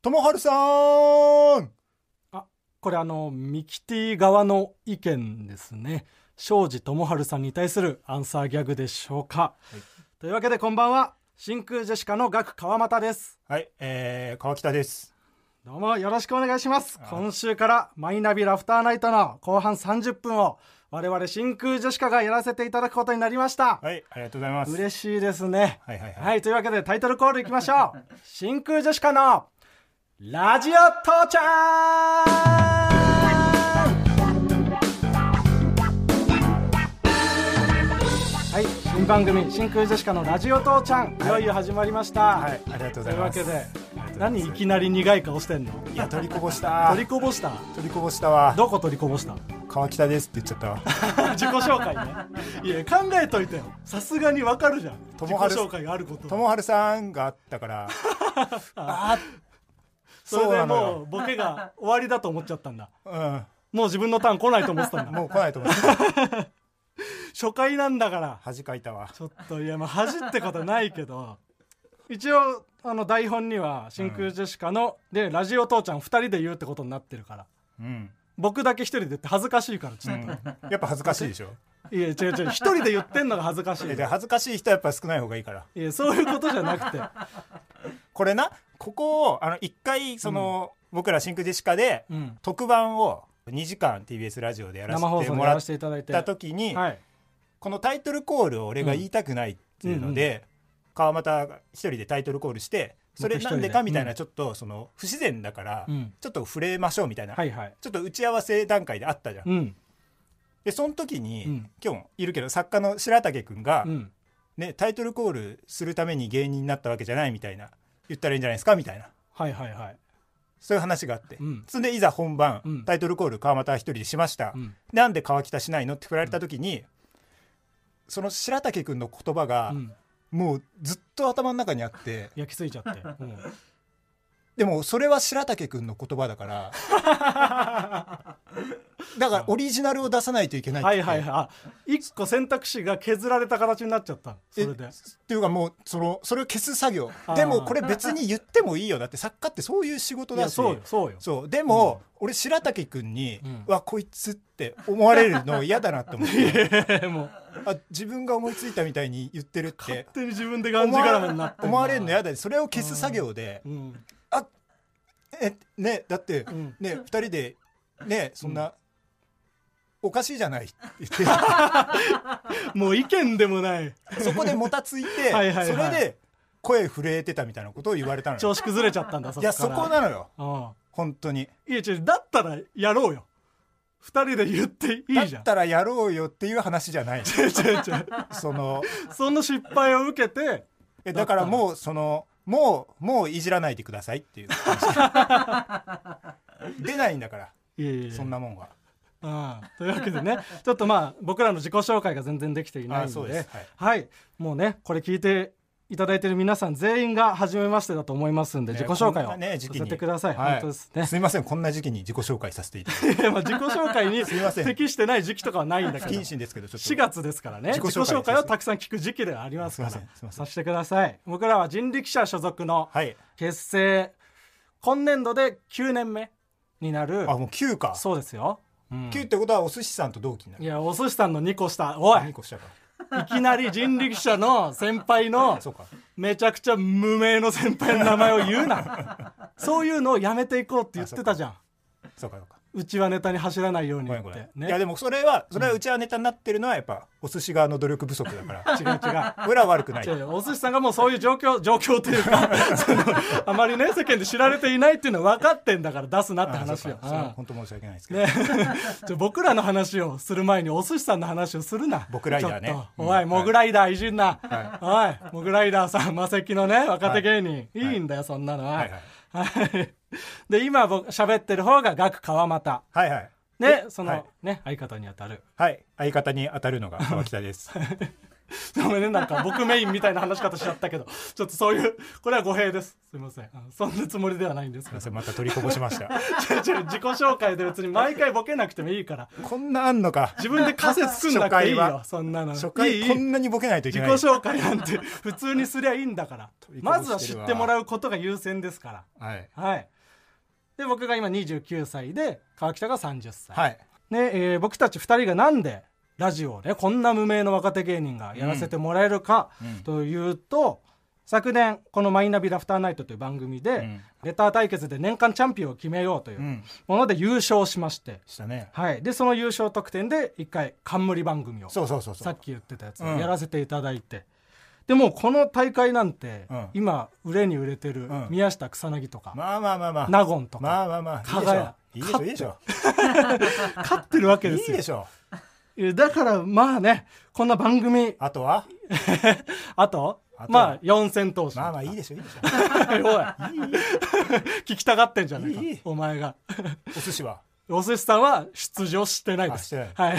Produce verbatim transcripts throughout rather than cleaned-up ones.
ともはるさん。 あ、これあのミキティ側の意見ですね。庄司智春さんに対するアンサーギャグでしょうか、はい、というわけでこんばんは、真空ジェシカのガク川又です。 はい、えー、川北です。 どうもよろしくお願いします。今週からマイナビラフターナイトの後半さんじゅっぷんを我々真空ジェシカがやらせていただくことになりました。 はい、ありがとうございます。 嬉しいですね。 はいはいはい、 はい、というわけでタイトルコールいきましょう真空ジェシカのラジオ父ちゃん。はい、新番組真空ジェシカのラジオ父ちゃん、いよいよ始まりました。 はい、ありがとうございます。 というわけで何いきなり苦い顔してんの。 いや、取りこぼした取りこぼした取りこぼしたわ。 どこ取りこぼした。 川北ですって言っちゃったわ自己紹介ね。いや考えといてよ、さすがにわかるじゃん、自己紹介があること。 ともはるさんがあったからあそれでもうボケが終わりだと思っちゃったんだ。 うん、 もう自分のターン来ないと思ってたんだ。 もう来ないと思ってた初回なんだから恥かいたわ。 ちょっといや、まあ恥ってことないけど一応あの台本には真空ジェシカの、うん、でラジオ父ちゃんふたりで言うってことになってるから、うん、僕だけ一人で言って恥ずかしいからちょっと、うん、 やっぱ恥ずかしいでしょ。 いや違う違う、一人で言ってんのが恥ずかしい。 いや恥ずかしい人はやっぱ少ない方がいいから。 いやそういうことじゃなくてこれな、ここをあの一回その、うん、僕ら真空ジェシカで、うん、特番をにじかん ティービーエス ラジオでやらせてもらった時に、はい、このタイトルコールを俺が言いたくないっていうので、うんうんうん、川又が一人でタイトルコールして、それなんでかみたいな、ちょっとその不自然だからちょっと触れましょうみたいな、はいはい、ちょっと打ち合わせ段階であったじゃん、うん、でその時に、うん、今日もいるけど作家の白竹くんが、うんね、タイトルコールするために芸人になったわけじゃないみたいな、言ったらいいんじゃないですかみたいな、はいはいはい、そういう話があって、うん、それでいざ本番、うん、タイトルコール川又一人でしました、うん、なんで川北しないのって振られた時に、うん、その白竹くんの言葉が、うんもうずっと頭の中にあって焼き付いちゃって、うん、 でもそれは白竹くんの言葉だからだからオリジナルを出さないといけないって、 はいはいはい、一個選択肢が削られた形になっちゃった。それでっていうかもうそのそれを消す作業でもこれ別に言ってもいいよ。だって作家ってそういう仕事だし。 そうよそうよ。 そうでも、うん、俺白竹くんに、うん、わこいつって思われるの嫌だなって思ってもうあ自分が思いついたみたいに言ってるって勝手に自分でがんじがらめになって思われるの嫌だ。それを消す作業で、うんうん、あえねだって、うん、ねふたりでねそんな、うんおかしいじゃないって言ってもう意見でもないそこでもたついてはいはい、はい、それで声震えてたみたいなことを言われたのよ。 調子崩れちゃったんだ。そこからいやそこなのよ。ああ本当に。 いや違うだったらやろうよ。ふたりで言っていいじゃん。 だったらやろうよっていう話じゃない。 違う違う違うそのその失敗を受けてえだからもうそのもうもういじらないでくださいっていう出ないんだからいやいやいやそんなもんは。 ああというわけでねちょっとまあ僕らの自己紹介が全然できていないの で, で、はいはい、もうねこれ聞いていただいている皆さん全員が初めましてだと思いますんで、ね、自己紹介をさせてください、 はい、 本当ですね。 すみませんこんな時期に自己紹介させていただいてまあ自己紹介に適してない時期とかはないんだけど不謹慎ですけどちょっとしがつですからね自己紹介をたくさん聞く時期ではありますからさせてください。僕らは人力車所属の結成、はい、今年度できゅうねんめになる。 あもうきゅうか。 そうですよ、うん、 きゅうってことはお寿司さんと同期になる。 いやお寿司さんのにこ下おいにこ下かいきなり人力車の先輩のめちゃくちゃ無名の先輩の名前を言うなそういうのをやめていこうって言ってたじゃん。 そうかそうかうちはネタに走らないようにって、ね、 いやでもそれはそれはうちはネタになってるのはやっぱお寿司側の努力不足だから違う違う俺らは悪くない。 違うお寿司さんがもうそういう状況状況というかそのあまりね世間で知られていないっていうのは分かってんだから出すなって話よ。 本当申し訳ないですけど、ね、 ちょ僕らの話をする前にお寿司さんの話をするな。 僕ライダーね、 うん、おいモグライダーいじんな、はい、おいモグライダーさん魔石のね若手芸人、はい、いいんだよそんなのは、はいはいはい、で今僕喋ってる方がガク川又はいはいね、その、はい、ね相方に当たるはい相方に当たるのが川北ですごめんね、なんか僕メインみたいな話し方しちゃったけど、ちょっとそういう、これは語弊です。すいません。そんなつもりではないんですけど。 また取りこぼしました。 違う違う、自己紹介で別に毎回ボケなくてもいいから。 こんなあんのか。 自分で仮説作んなくていいよ、そんなの。 初回こんなにボケないといけない。 自己紹介なんて普通にすりゃいいんだから。まずは知ってもらうことが優先ですから。 はい。 はい。で、僕が今にじゅうきゅうさいで、川北がさんじゅっさい。 はい。 ね、えー、僕たちふたりがなんで、ラジオをねこんな無名の若手芸人がやらせてもらえるかというと、うん、昨年このマイナビラフターナイトという番組で、うん、レター対決で年間チャンピオンを決めようというもので優勝しまして、 したね、 はい、でその優勝特典で一回冠番組をそうそうそうそうさっき言ってたやつをやらせていただいて、うん、でもこの大会なんて、うん、今売れに売れてる宮下草薙とか、 うん、まあまあまあまあ納言とか、 まあまあまあ加賀屋いいでしょいいでしょ勝ってるわけですよ。 いいでしょ。 だからまあね、こんな番組あとはあとまあ四千頭身、 まあまあいいでしょいいでしょおい聞きたがってんじゃないかいいお前が。 お寿司はお寿司さんは出場してないです。 してない、 はい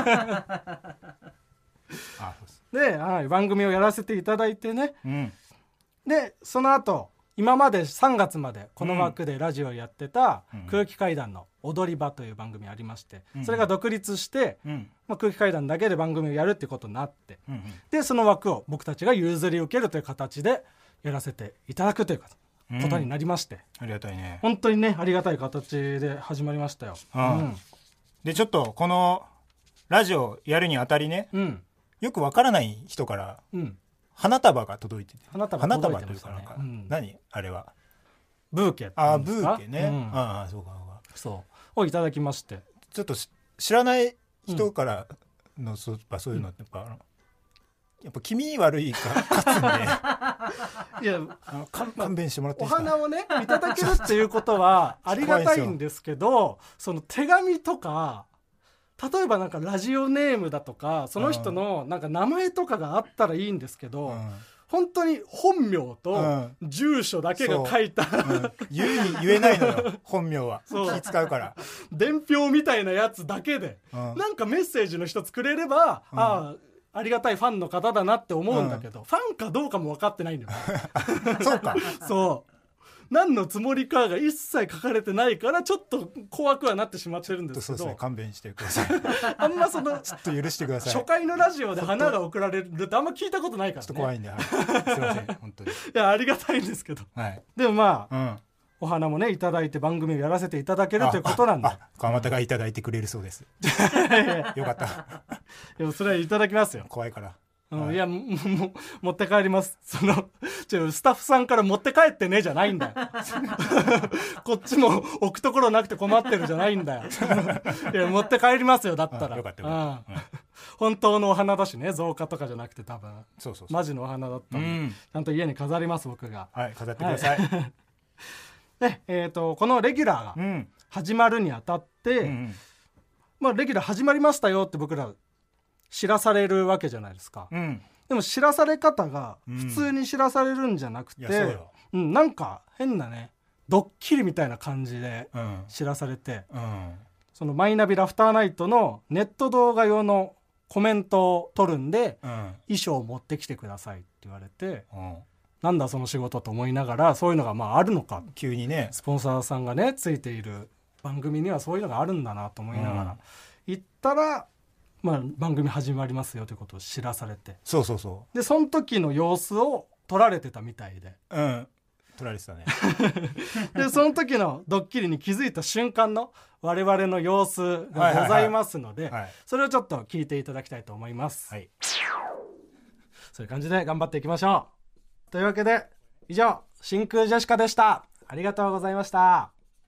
あで、はい、番組をやらせていただいてね、 うん、 でその後今までさんがつまでこの枠でラジオやってた空気階段の踊り場という番組ありまして、うん、それが独立して、うんまあ、空気階段だけで番組をやるってことになって、うんうん、でその枠を僕たちが譲り受けるという形でやらせていただくということになりまして、 うん、ありがたいね。 本当にねありがたい形で始まりましたよ、 うんうん、でちょっとこのラジオやるにあたりね、うん、よくわからない人から、うん花束が届いてて、 花束花束というかなんか、うん、何あれはブーケってあブーケね、うん、ああそうかそうをいただきまして、 ちょっと知らない人からの、うん、そういうのってやっぱ、うん、やっぱ気味悪いから勝つんでいや勘弁してもらっていいですか。 お花をねいただけるっていうことはありがたいんですけどその手紙とか例えばなんかラジオネームだとかその人のなんか名前とかがあったらいいんですけど、うん、本当に本名と住所だけが書いた、うんうん、 言, に言えないのよ本名は気使うから伝票みたいなやつだけで、うん、なんかメッセージの人作れれば、うん、ああありがたいファンの方だなって思うんだけど、うん、ファンかどうかも分かってないんだよそうかそう何のつもりかが一切書かれてないからちょっと怖くはなってしまってるんですけど、 そうですね、勘弁してくださいあんまそのちょっと許してください。 初回のラジオで花が送られるってあんま聞いたことないからね。 ちょっと怖いんで、はい、すいません本当にいやありがたいんですけど、 はい、 でもまあ、うん、お花もねいただいて番組をやらせていただけるということなんで、ああ川又がいただいてくれるそうですよかったでもそれはいただきますよ。 怖いからうん、いやもも持って帰ります。そのちょスタッフさんから持って帰ってねじゃないんだよこっちも置くところなくて困ってるじゃないんだよいや持って帰りますよだったら。 よかったよかった、うん、 本当のお花だしね、造花とかじゃなくて多分そうそうそうマジのお花だったんで、うん、ちゃんと家に飾ります僕が。 はい飾ってください、はい、 で、えーと、このレギュラーが始まるにあたって、うんうんまあ、レギュラー始まりましたよって僕ら知らされるわけじゃないですか、うん、でも知らされ方が普通に知らされるんじゃなくて、うんうん、なんか変なねドッキリみたいな感じで知らされて、うん、そのマイナビラフターナイトのネット動画用のコメントを取るんで、うん、衣装を持ってきてくださいって言われて、うん、なんだその仕事と思いながらそういうのがまああるのか、 急にねスポンサーさんがねついている番組にはそういうのがあるんだなと思いながら、うん、行ったらまあ、番組始まりますよということを知らされて、 そうそうそうでその時の様子を撮られてたみたいで、 うん撮られてたねでその時のドッキリに気づいた瞬間の我々の様子がございますので、はいはいはい、それをちょっと聞いていただきたいと思います、はい、そういう感じで頑張っていきましょう。というわけで以上真空ジェシカでした。ありがとうございました。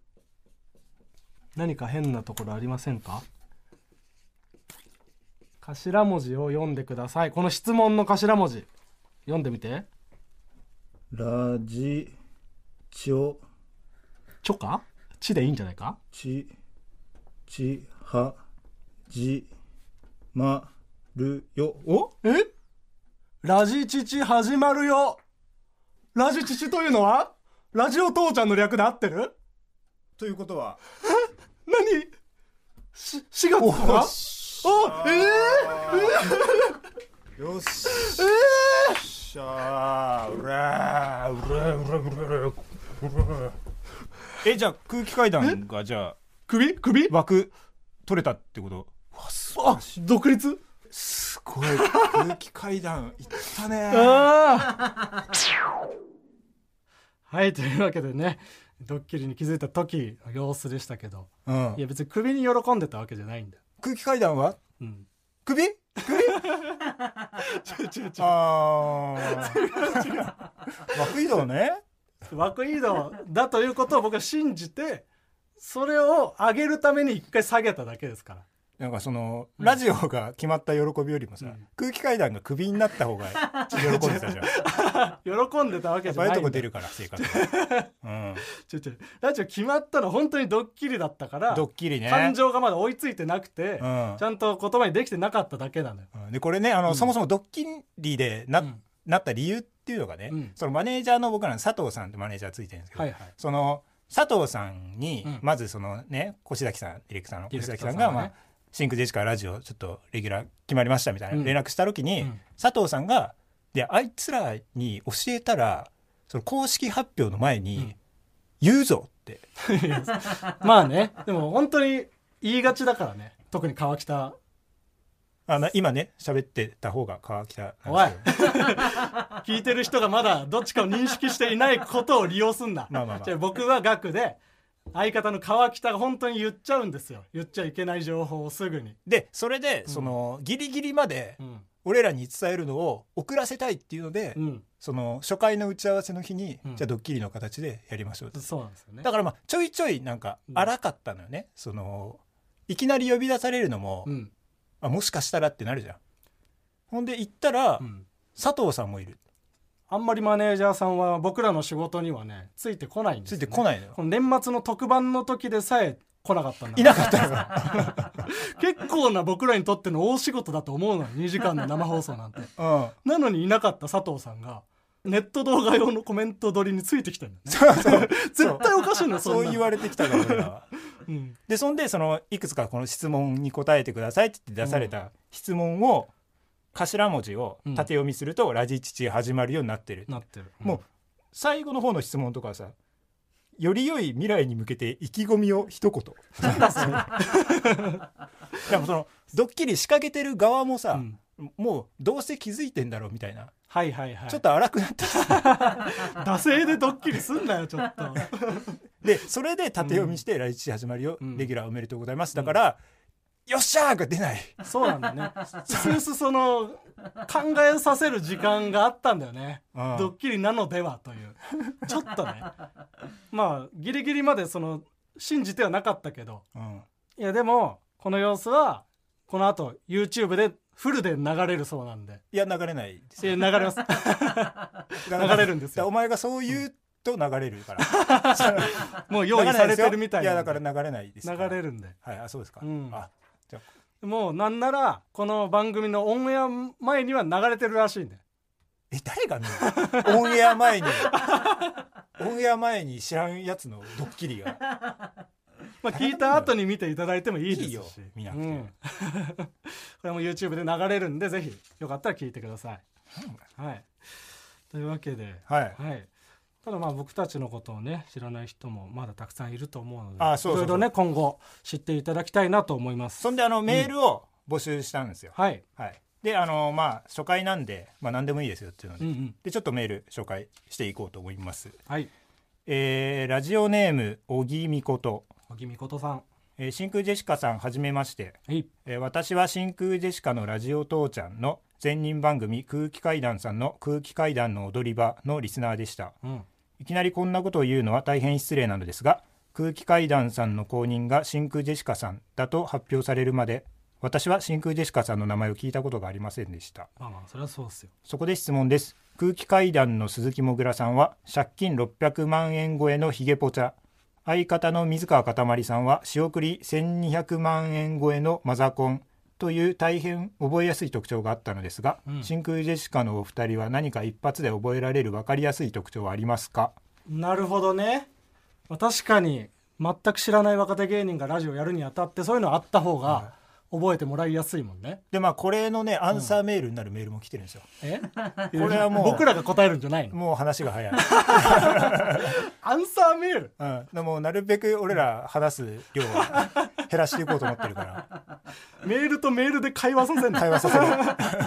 何か変なところありませんか？頭文字を読んでください。この質問の頭文字読んでみて。 ラジチョチョかチでいいんじゃないか。 チチハジマるよ。 おえラジチチ始まるよ。ラジチチというのはラジオ父ちゃんの略で合ってるということは何ししがつかあ、えー、 よし、えー、しゃーうらーうらーうらーうらーうらーえじゃあ空気階段がじゃあ首首枠取れたってこと？ わすあ独立すごい空気階段いったねあはいというわけでねドッキリに気づいた時の様子でしたけど、うん、いや別に首に喜んでたわけじゃないんだよ。 空気階段は、うん、首首ちょちょちょあ違う違う枠移動ね枠移動だということを僕は信じてそれを上げるために一回下げただけですから。 なんかその、うん、ラジオが決まった喜びよりもさ、うん、空気階段がクビになった方が喜んでたじゃん喜んでたわけじゃないんだ。 やっぱりとこ出るから性格が、うん、 ちょちょラジオ決まったの本当にドッキリだったからドッキリね感情がまだ追いついてなくて、うん、ちゃんと言葉にできてなかっただけなのよ、 うん、でこれねあの、うん、そもそもドッキリで な,、うん、なった理由っていうのがね、うん、そのマネージャーの僕らの佐藤さんってマネージャーついてるんですけど、はいはい、その佐藤さんに、うん、まずそのね越崎さんディレクターの越崎さんが、まあシンクジェシカラジオちょっとレギュラー決まりましたみたいな連絡した時に、うん、佐藤さんがであいつらに教えたらその公式発表の前に言うぞってまあねでも本当に言いがちだからね特に川北あの今ね喋ってた方が川北おい聞いてる人がまだどっちかを認識していないことを利用すんなまあまあ、まあ、じゃあ僕は学で相方の川北が本当に言っちゃうんですよ。言っちゃいけない情報をすぐにでそれで、うん、そのギリギリまで俺らに伝えるのを遅らせたいっていうので、うん、その初回の打ち合わせの日に、うん、じゃあドッキリの形でやりましょうって。 そうなんですよね。 だからまあちょいちょいなんか荒かったのよね、うん、そのいきなり呼び出されるのも、うん、あもしかしたらってなるじゃん。ほんで行ったら、うん、佐藤さんもいる。 あんまりマネージャーさんは僕らの仕事にはねついてこないんですよ、ね、 ついてこないのよ。 この年末の特番の時でさえ来なかったんだいなかったの結構な僕らにとっての大仕事だと思うのにじかんの生放送なんて、うん、なのにいなかった佐藤さんがネット動画用のコメント撮りについてきたんだよねそうそう絶対おかしいのそんなそう言われてきたから俺らは、うん、でそんでそのいくつかこの質問に答えてくださいって言って出された質問を、うん頭文字を縦読みすると、うん、ラジチチ始まるようになってるなってる、 うん、もう最後の方の質問とかはさより良い未来に向けて意気込みを一言でもそのドッキリ仕掛けてる側もさ、うん、もうどうせ気づいてんだろうみたいなはいはいはいちょっと荒くなってきた惰性でドッキリすんなよちょっとでそれで縦読みして、うん、ラジチチ始まるよ、うん、レギュラーおめでとうございますだから、うんよっしゃーが出ないそうなんだよねスースその考えさせる時間があったんだよね、うん、ドッキリなのではというちょっとねまあギリギリまでその信じてはなかったけど、うん、いやでもこの様子はこの後 YouTube でフルで流れるそうなんでいや流れないです流れます流れるんですよお前がそう言うと流れるから、 うん、もう用意されてるみたいな。 いやだから流れないですから流れるんではいあそうですか、うん、あじゃあもうなんならこの番組のオンエア前には流れてるらしいんでえ誰が見るオンエア前にオンエア前に知らんやつのドッキリがまあ聞いた後に見ていただいてもいいですしいいよ見なくて、うん、 これも YouTube で流れるんでぜひよかったら聞いてください、うん、はいというわけではい、 はいただまあ僕たちのことをね知らない人もまだたくさんいると思うのであそうそうそういろいろね今後知っていただきたいなと思います。 そんであのメールを募集したんですよ、 うん、はい、 はい、であのまあ初回なんで、まあ、何でもいいですよっていうので、うんうん、でちょっとメール紹介していこうと思います、 はいえー、ラジオネームおぎみことおぎみことさん、 えー、真空ジェシカさんはじめまして、 はいえー、私は真空ジェシカのラジオ父ちゃんの前任番組空気階段さんの空気階段の踊り場のリスナーでした、うんいきなりこんなことを言うのは大変失礼なのですが空気階段さんの後任が真空ジェシカさんだと発表されるまで私は真空ジェシカさんの名前を聞いたことがありませんでした。 まあまあそれはそうですよ。 そこで質問です。空気階段の鈴木もぐらさんは借金ろっぴゃくまんえん超えのヒゲポチャ、相方の水川かたまりさんは仕送りせんにひゃくまんえん超えのマザコンという大変覚えやすい特徴があったのですが、うん、真空ジェシカのお二人は何か一発で覚えられる分かりやすい特徴はありますか？ なるほどね。確かに全く知らない若手芸人がラジオやるにあたってそういうのあった方が覚えてもらいやすいもんね。 でまあこれのねアンサーメールになるメールも来てるんですよ、うん、 えこれはもう僕らが答えるんじゃないの？ もう話が早いアンサーメール、 うん、でもなるべく俺ら話す量を減らしていこうと思ってるからメールとメールで会話させる会話させる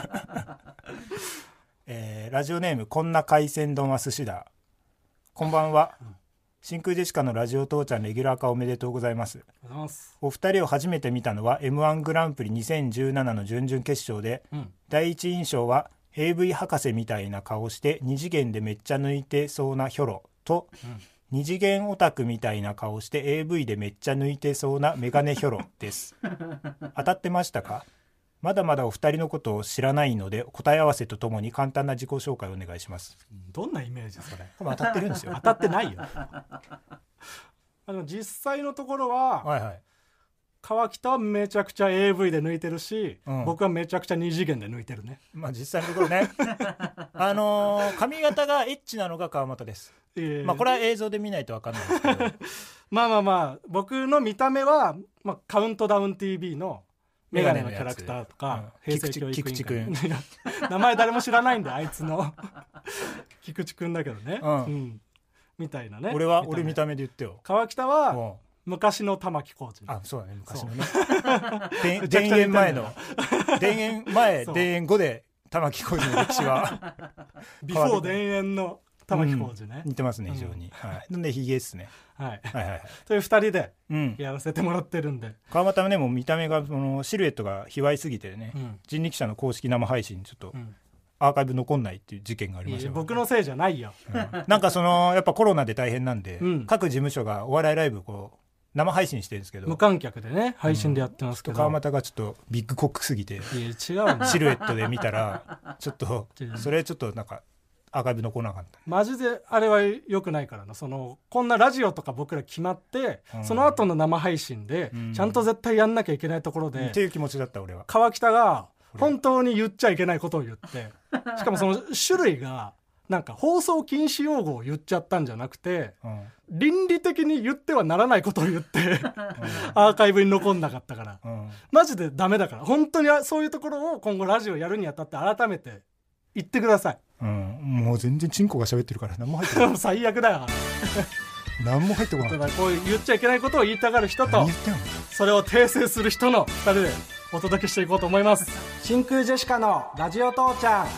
えー、ラジオネームこんな海鮮丼は寿司だ。こんばんは、うん、真空ジェシカのラジオ父ちゃんレギュラー化おめでとうございます。お二人を初めて見たのは エムワン グランプリにせんじゅうななの準々決勝で、うん、第一印象は エーブイ 博士みたいな顔して二次元でめっちゃ抜いてそうなヒョロと、うん、二次元オタクみたいな顔して エーブイ でめっちゃ抜いてそうなメガネヒョロです当たってましたか？まだまだお二人のことを知らないので答え合わせとともに簡単な自己紹介をお願いします。 どんなイメージそれ？ これ当たってるんですよ当たってないよあの実際のところは、はいはい、川北はめちゃくちゃ エーブイ で抜いてるし、うん、僕はめちゃくちゃ二次元で抜いてるね。 まあ実際のところねあのー、髪型がエッチなのが川又です、えー、まあこれは映像で見ないと分かんないですけどまあまあまあ僕の見た目は、まあ、カウントダウン ティーブイ のメガネのキャラクターとか、うん、平成教育委員会名前誰も知らないんであいつの菊池くんだけどね、うんうん、みたいなね。 俺は俺見た目で言ってよ。 川北は昔の玉置浩二。 あ、そうだね、昔のね田園前の田園前田園後で玉置浩二の歴史はビフォー田園の玉置浩二ね、 うん、似てますね非常に、うん、はい、でヒゲですね、はい、はいはいはいというふたりでやらせてもらってるんで、うん、 川又はねもう見た目がそのシルエットが卑猥すぎてね、うん、人力車の公式生配信ちょっと、うんアーカイブ残んないっていう事件がありました、ね、 僕のせいじゃないよ、 うん、なんかそのやっぱコロナで大変なんで、うん、各事務所がお笑いライブこう生配信してるんですけど無観客でね配信でやってますけど、うん、 川又がちょっとビッグコックすぎていや違う、ね、 シルエットで見たらちょっとそれちょっとなんかアーカイブ残らなかった。 マジであれは良くないからな。そのこんなラジオとか僕ら決まって、うん、その後の生配信で、うん、ちゃんと絶対やんなきゃいけないところで、 うん、っていう気持ちだった俺は。 川北が本当に言っちゃいけないことを言ってしかもその種類がなんか放送禁止用語を言っちゃったんじゃなくて、うん、倫理的に言ってはならないことを言って、うん、アーカイブに残んなかったから、うん、マジでダメだから本当にそういうところを今後ラジオやるにあたって改めて言ってください、 うん、もう全然チンコが喋ってるから何も入ってこない最悪だよ何も入ってこない。 だからこういう言っちゃいけないことを言いたがる人とそれを訂正する人のふたりでお届けしていこうと思います。真空ジェシカのラジオ父ちゃん。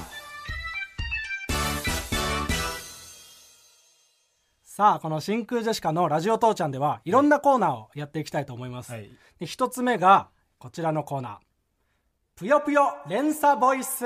さあこの真空ジェシカのラジオ父ちゃんではいろんなコーナーをやっていきたいと思います、はい、でひとつめがこちらのコーナーぷよぷよ連鎖ボイス。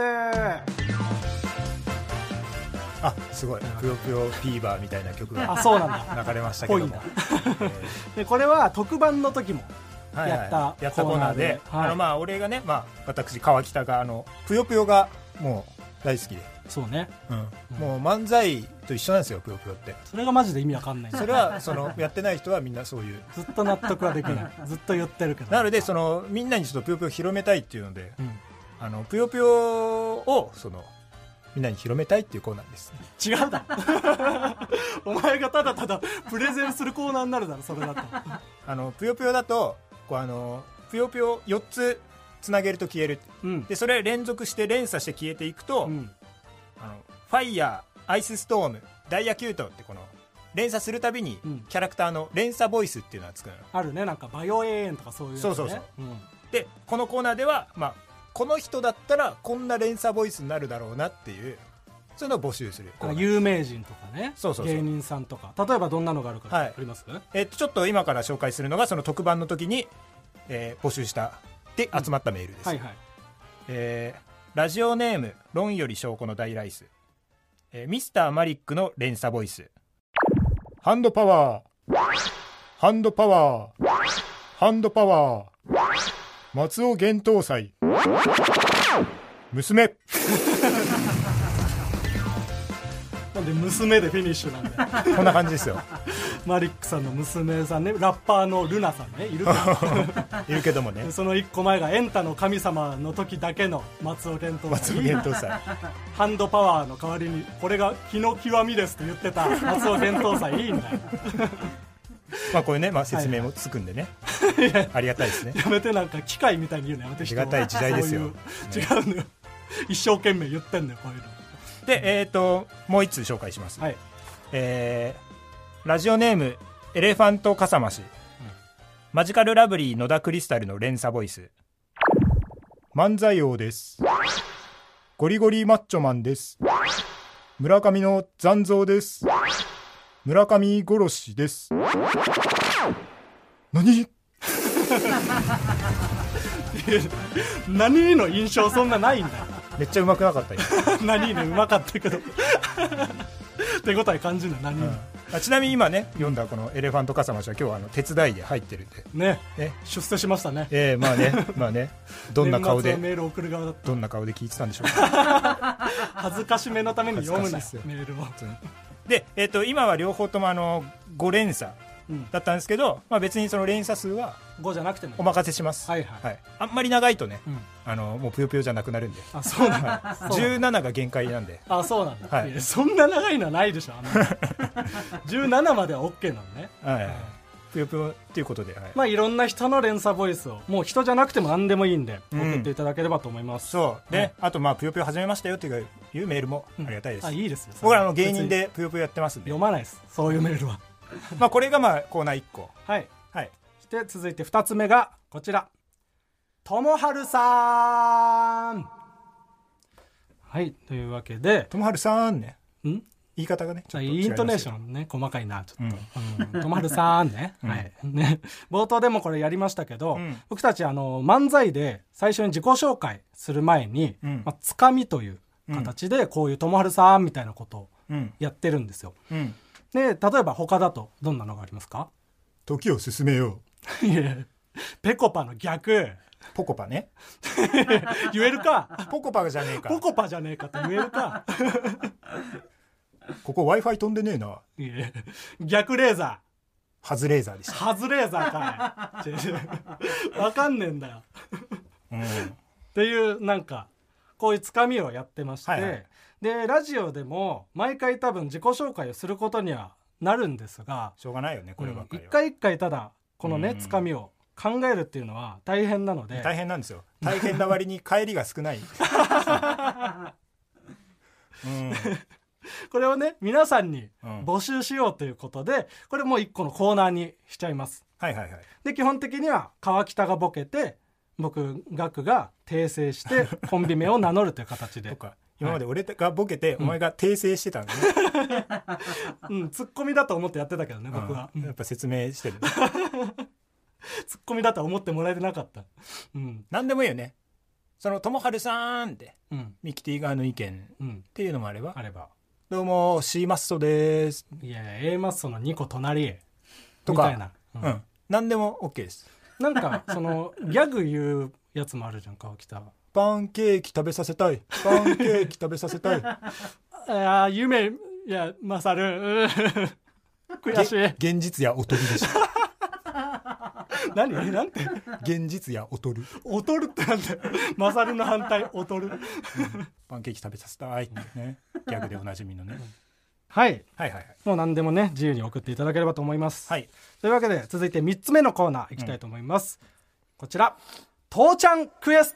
あすごいぷよぷよフィーバーみたいな曲があそうなんだ流れましたけどもでこれは特番の時もやったコーナーで、 はいはい、あのまあ俺がね、まあ、私川北があのぷよぷよがもう大好きでそうね、 うんうん、もう漫才と一緒なんですよぷよぷよって。 それがマジで意味わかんない。 それはそのやってない人はみんなそういうずっと納得はできないずっと言ってるけどなのでそのみんなにちょっとぷよぷよ広めたいっていうので、うん、あのぷよぷよをそのみんなに広めたいっていうコーナーです。 違うだお前がただただプレゼンするコーナーになるだろそれだとあのぷよぷよだとこうあのぷよぷよよっつつなげると消える、うん、でそれ連続して連鎖して消えていくと、うん、あのファイヤーアイスストームダイヤキュートってこの連鎖するたびにキャラクターの連鎖ボイスっていうのがつくの、 あるね。なんかバイオエーンとかそういうやつね。 そうそうそう、うん、でこのコーナーではまあこの人だったらこんな連鎖ボイスになるだろうなっていうそういうのを募集する。 有名人とかねそうそうそう芸人さんとか例えばどんなのがあるかあります、はいえー、とちょっと今から紹介するのがその特番の時に、えー、募集したで集まったメールです、うんはいはいえー、ラジオネーム論より証拠の大ライス、えー、ミスターマリックの連鎖ボイス。ハンドパワーハンドパワーハンドパワー松尾幻冬祭娘なんで娘でフィニッシュなんだよこんな感じですよマリックさんの娘さんねラッパーのルナさんねいるかいるけどもねそのいっこまえがエンタの神様の時だけの松尾幻冬祭。 松尾幻冬祭ハンドパワーの代わりにこれが気の極みですと言ってた松尾幻冬祭いいんだよまあこれね、まあ、説明もつくんでね、 ありがたいですね。 やめて、なんか機械みたいに言うのやめて。 ありがたい時代ですよ。 うう違うのよ、一生懸命言ってんのよこういうので、えーともう一通紹介します、 はい。 えー、ラジオネームエレファントカサマシ、うん、マジカルラブリー野田クリスタルの連鎖ボイス。漫才王です。ゴリゴリマッチョマンです。村上の残像です。村上殺しです。何何の印象そんなないんだよ。 めっちゃうまくなかったよ何ね、うまかったけど手応え感じるの何、うん、 あちなみに今ね読んだこのエレファントカサマシは今日はあの手伝いで入ってるんでね、ね出世しましたね。 えー、まあねまあねどんな顔でメール送る側だった。 どんな顔で聞いてたんでしょうか恥ずかしめのために読むなよメールを。 で、えー、と今は両方ともあのご連鎖だったんですけど、うん、まあ、別にその連鎖数はごじゃなくてもお任せします、はいはいはい、あんまり長いとね、うん、あのもうぷよぷよじゃなくなるんで。 あ、そうなんだじゅうななが限界なんで。 あ、そうなんだ、はい、いやそんな長いのはないでしょあのじゅうななまでは OK なのね、はい、はい、 ぷよぷよっていうことで、はい、 まあいろんな人の連鎖ボイスをもう人じゃなくても何でもいいんで送っていただければと思います、 うん、そうで、はい、あとまあぷよぷよ始めましたよっていういうメールもありがたいです、 うん、あ、いいですよ。 僕らの芸人でぷよぷよやってますんで読まないです、そういうメールはまあこれがまあコーナーいっこ、 はい、はい、で続いてふたつめがこちら、ともはるさん。はい、というわけでともはるさんね、 ん言い方がねちょっとイントネーションね細かいなちょっと、ともはるさんね、うん、はいね、冒頭でもこれやりましたけど、うん、僕たちあの漫才で最初に自己紹介する前に、うん、まあ、つかみという形でこういうともはるさんみたいなことをやってるんですよ、うん、で例えば他だとどんなのがありますか？ 時を進めよういやペコパの逆ポコパね言えるかポコパじゃねえかポコパじゃねえかって言えるかここ Wi-Fi 飛んでねえな。 いや逆レーザーハズレーザーでした。 ハズレーザーかいわかんねえんだよ、うん、っていうなんかこういうつかみをやってまして、はいはい、でラジオでも毎回多分自己紹介をすることにはなるんですが、 しょうがないよねこればっかりは、 うん、一回一回ただこのねつかみを考えるっていうのは大変なので、 大変なんですよ。大変な割に帰りが少ない、うん、 これをね皆さんに募集しようということで、これもう一個のコーナーにしちゃいます。 はいはいはい。 で基本的には川北がボケて僕ガクが訂正してコンビ名を名乗るという形で今まで俺がボケて、はい、お前が訂正してたんだね、 うん、ツッコミだと思ってやってたけどね僕は、 うん、やっぱ説明してるツッコミだとは思ってもらえてなかった、 うん、何でもいいよね。そのともはるさんって、うん、ミキティ側の意見っていうのもあれば、 あればどうも C マッソです、 いや A マッソのにこ隣へとかみたいな、 うんうん、何でも OK です。 なんかそのギャグ言うやつもあるじゃん川北は。 パンケーキ食べさせたいパンケーキ食べさせたいいや夢いや勝る悔しい。 現実や劣るでした何なんて現実や劣る劣るってなんだよ勝るの反対劣る、うん、 パンケーキ食べさせたい、ね、ギャグでおなじみのね、うん、 はい、 はいはいはい。 もう何でもね自由に送っていただければと思います、 はい、 というわけで続いてみっつめのコーナーいきたいと思います、うん、こちら父ちゃんクエスト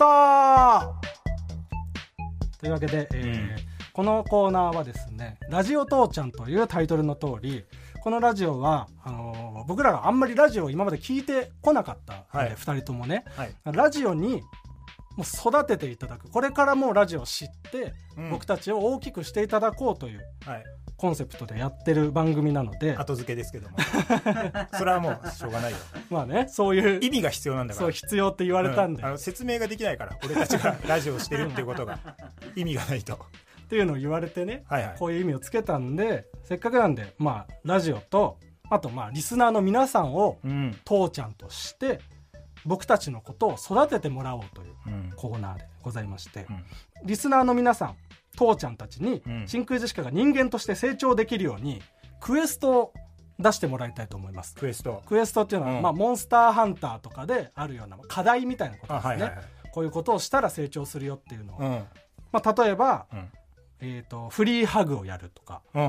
というわけで、えーうん、このコーナーはですねラジオ父ちゃんというタイトルの通り、このラジオはあのー、僕らがあんまりラジオを今まで聞いてこなかったので、はい、ふたりともね、はい、ラジオにもう育てていただく、これからもうラジオを知って、うん、僕たちを大きくしていただこうという、はい、コンセプトでやってる番組なので、 後付けですけどもそれはもうしょうがないよまあね、そういう意味が必要なんだから。 そう必要って言われたんで、 うん、あの説明ができないから俺たちがラジオをしてるっていうことが意味がないとっていうのを言われてね、 はいはい、 こういう意味をつけたんで、せっかくなんでまあラジオとあとまあリスナーの皆さんを父ちゃんとして、うん、僕たちのことを育ててもらおうというコーナーでございまして、うん、リスナーの皆さん父ちゃんたちに、うん、真空ジェシカが人間として成長できるようにクエストを出してもらいたいと思います。 クエストクエストっていうのは、うん、まあ、モンスターハンターとかであるような課題みたいなことですね、はいはいはい、こういうことをしたら成長するよっていうのを、うん、まあ、例えば、うん、えーと、フリーハグをやるとか、 うん、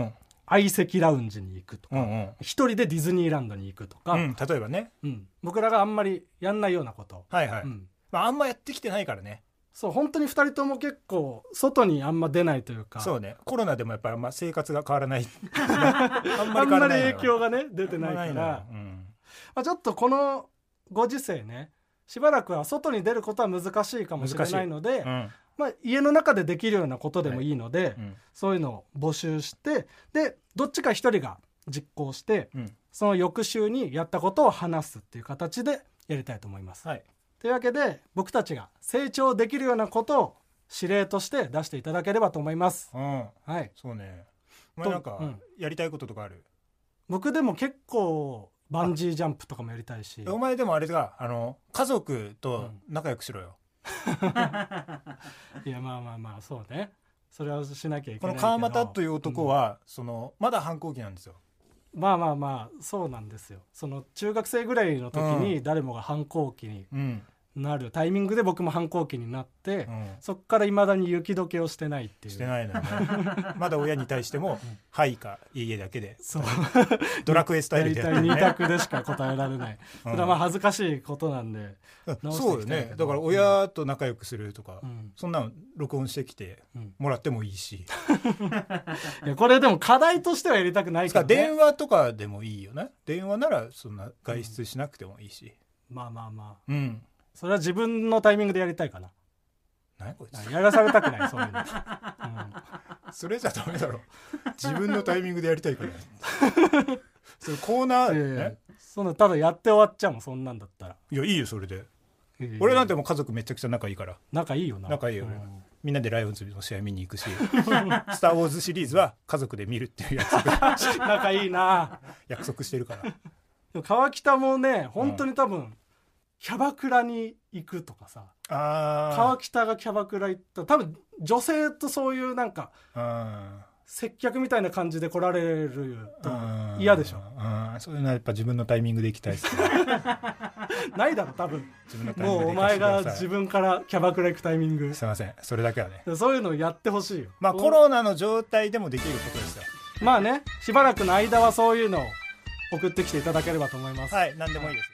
相席ラウンジに行くとか、 うんうん、 一人でディズニーランドに行くとか、 うん、例えばね、 うん、僕らがあんまりやんないようなこと、 はいはい、うん、まあ、あんまやってきてないからね。 そう本当にふたりとも結構外にあんま出ないというか、 そうね、コロナでもやっぱりあんま生活が変わらないあんまり影響がね出てないから、うん、まあ、ちょっとこのご時世ね、しばらくは外に出ることは難しいかもしれないので、うん、まあ、家の中でできるようなことでもいいので、はい、うん、そういうのを募集して、でどっちか一人が実行して、うん、その翌週にやったことを話すっていう形でやりたいと思います、はい、というわけで僕たちが成長できるようなことを指令として出していただければと思います、うん、はい、 そうね。お前なんかやりたいこととかある？うん、 僕でも結構バンジージャンプとかもやりたいし。 お前でもあれがあの家族と仲良くしろよ、 うん、いやまあまあまあそうね、それはしなきゃいけないけど、 この川又という男は、うん、そのまだ反抗期なんですよ。 まあまあまあそうなんですよ。その中学生ぐらいの時に誰もが反抗期になるタイミングで僕も反抗期になって、うん、そっからいまだに雪解けをしてないっていう。 してないのよねまだ親に対しても「はい」か「いいえ」だけで、そうドラクエスタイルでやってる、ね、 大体に択でしか答えられない、うん、それはまあ恥ずかしいことなんで直していきたいけど。そうよね、だから親と仲良くするとか、うん、そんなの録音してきてもらってもいいし、 うん、いやこれでも課題としてはやりたくないから、ね、 電話とかでもいいよね。電話ならそんな外出しなくてもいいし、 うん、まあまあまあ、 うん、 それは自分のタイミングでやりたいかな。 何こいつやらされたくないそういうの、うん、 それじゃダメだろ自分のタイミングでやりたいからそれコーナー、 いやいや、そんなただやって終わっちゃうもん、そんなんだったら。 いやいいよそれで。俺なんてもう家族めちゃくちゃ仲いいから。 仲いいよな。 仲いいよ、うん、みんなでライオンズの試合見に行くしスター・ウォーズシリーズは家族で見るっていう約束仲いいな約束してるから。でも川北もね本当に多分、うん、キャバクラに行くとかさ、あ川北がキャバクラ行った多分女性とそういうなんか接客みたいな感じで来られると嫌でしょ。 あそういうのはやっぱ自分のタイミングで行きたいですねないだろ多分。もうお前が自分からキャバクラ行くタイミング。 すいません、それだけはね。 そういうのをやってほしいよ。 まあコロナの状態でもできることですよ。 まあね、しばらくの間はそういうのを送ってきていただければと思います。 はい、何でもいいです。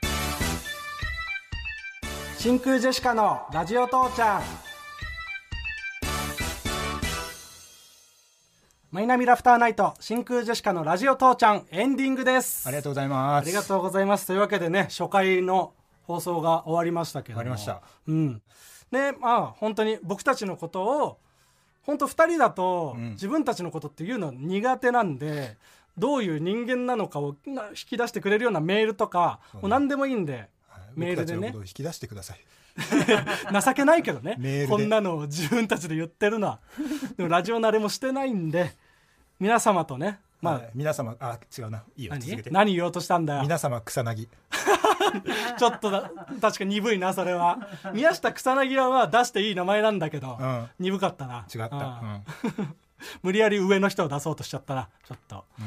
真空ジェシカのラジオ父ちゃん。マイナビラフターナイト真空ジェシカのラジオ父ちゃんエンディングです。 ありがとうございます。 ありがとうございます。というわけでね、初回の放送が終わりましたけども、 終わりました。 うん。ね、まあ本当に僕たちのことを本当ふたりだと、うん、自分たちのことっていうの苦手なんで、どういう人間なのかを引き出してくれるようなメールとか、もう何でもいいんで、はい、メールでね。僕たちのことを引き出してください。 情けないけどね、こんなのを自分たちで言ってるのは。でもラジオ慣れもしてないんで、皆様とね、まあ、はい、皆様、あ、違うな、いいよ、続けて。何言おうとしたんだよ。 皆様草薙ちょっとだ確か鈍いな、それは。宮下草薙は出していい名前なんだけど、うん、鈍かったな。 違った、うん、 無理やり上の人を出そうとしちゃったな、ちょっと、うん、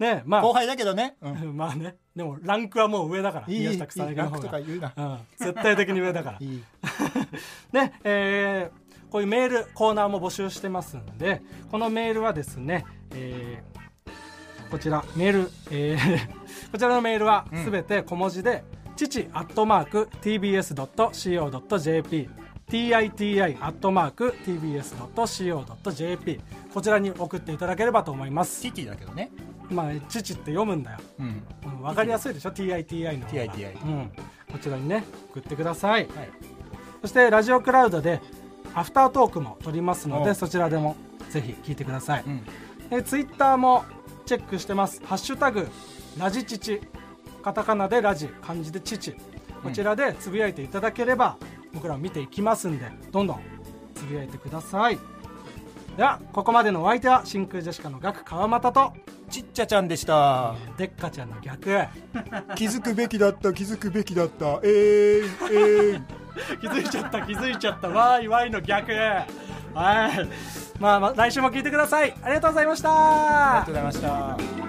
ね、まあ後輩だけどね、うん、 まあね、でもランクはもう上だから、 いい宮下草薙の方が、いいランクとか言うな、 うん、絶対的に上だからいいね、えー、こういうメールコーナーも募集してますんで、このメールはですね、えー、こちらメール、えーこちらのメールはすべて小文字で、うん、父アットマーク ティービーエスドットシーオードットジェーピー ティーアイティーアイ アットマーク ティービーエスドットシーオードットジェーピー こちらに送っていただければと思います。 父だけどね、 まあ父って読むんだよ、うんうん、分かりやすいでしょ ティーアイティーアイ の方が ティーアイティーアイ、うん、こちらにね送ってください、はい、そしてラジオクラウドでアフタートークも撮りますので、そちらでもぜひ聞いてください、うん、でツイッターもチェックしてます。ハッシュタグラジ父、カタカナでラジ、漢字で父、こちらでつぶやいていただければ、うん、僕ら見ていきますんで、どんどんつぶやいてください。ではここまでのお相手は真空ジェシカのガク川又とちっちゃちゃんでした。 でっかちゃんの逆気づくべきだった気づくべきだったえー、えー、 気づいちゃった気づいちゃったわーいわいの逆。はい、まあ、まあ来週も聞いてください。ありがとうございました。 ありがとうございました。